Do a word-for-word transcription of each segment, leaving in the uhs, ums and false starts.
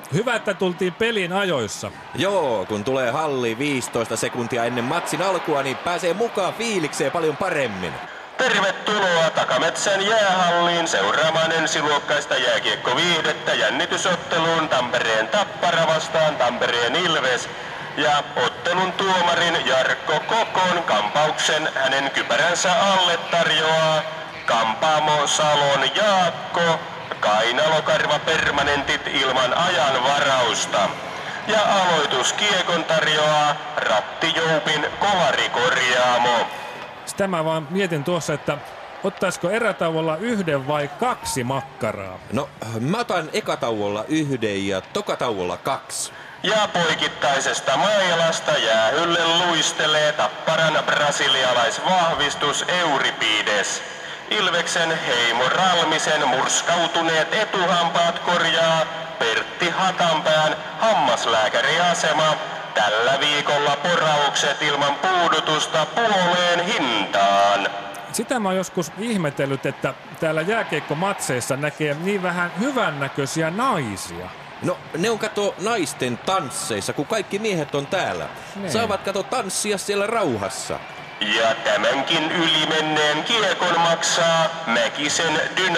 Hyvä, että tultiin peliin ajoissa. Joo, kun tulee halli viisitoista sekuntia ennen matsin alkua, niin pääsee mukaan fiilikseen paljon paremmin. Tervetuloa Takametsän jäähalliin seuraamaan ensiluokkaista jääkiekkoviihdettä jännitysotteluun Tampereen Tappara vastaan Tampereen Ilves. Ja ottelun tuomarin Jarkko Kokon kampauksen hänen kypäränsä alle tarjoaa Kampaamo Salon Jaakko, kainalokarva permanentit ilman ajan varausta. Ja aloituskiekon tarjoaa Rattijoupin kolarikorjaamo. Sitä mä vaan mietin tuossa, että ottaisiko erätauolla yhden vai kaksi makkaraa? No, mä otan ekatauolla yhden ja tokatauolla kaksi. Ja poikittaisesta mailasta jäähylle luistelee Tapparan brasilialaisvahvistus Euripides. Ilveksen Heimo Ralmisen murskautuneet etuhampaat korjaa Pertti Hatanpään hammaslääkäriasema. Tällä viikolla poraukset ilman puudutusta puoleen hintaan. Sitä mä oon joskus ihmetellyt, että täällä jääkiekkomatseissa näkee niin vähän hyvännäköisiä naisia. No, ne on kato naisten tansseissa, kun kaikki miehet on täällä. Ne. Saavat kato tanssia siellä rauhassa. Ja tämänkin ylimenneen kiekon maksaa Mäkisen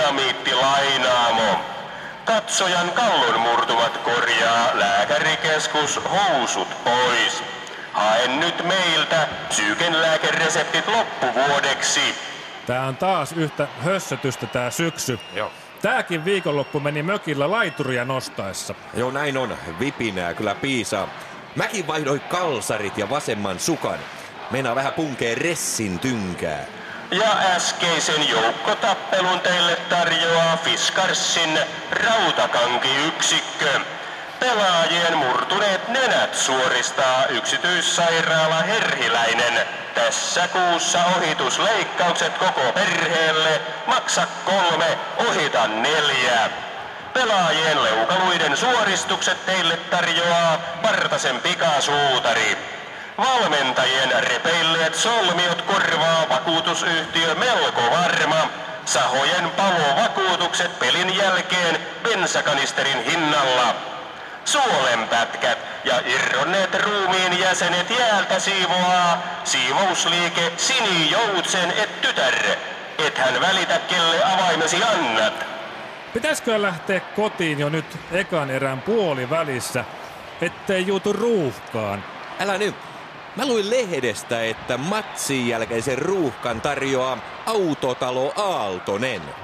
Dynamiittilainaamo. Katsojan kallon murtumat korjaa Lääkärikeskus housut pois. Haen nyt meiltä psyykenlääkereseptit loppuvuodeksi. Tää on taas yhtä hössötystä tää syksy. Joo. Tääkin viikonloppu meni mökillä laituria nostaessa. Joo, näin on. Vipinää kyllä piisaa. Mäkin vaihdoin kalsarit ja vasemman sukan. Meinaa vähän punkee ressin tynkää. Ja äskeisen joukkotappelun teille tarjoaa Fiskarsin rautakanki-yksikkö. Pelaajien murtuneet nenät suoristaa yksityissairaala Herhiläinen. Tässä kuussa ohitusleikkaukset koko perheelle. Maksa kolme, ohita neljä. Pelaajien leukaluiden suoristukset teille tarjoaa Partasen pikasuutari. Valmentajien repeilleet solmiot korvaa vakuutusyhtiö Melko Varma. Sahojen palovakuutukset pelin jälkeen bensakanisterin hinnalla. Suolenpätkät ja irronneet ruumiin jäsenet jäältä siivoaa siivousliike Sinijoutsen et tytär. Et hän välitä kelle avaimesi annat. Pitäisikö lähteä kotiin jo nyt ekan erän puolivälissä, ettei juutu ruuhkaan? Älä nyt. Mä luin lehdestä, että matsin jälkeisen ruuhkan tarjoaa Autotalo Aaltonen.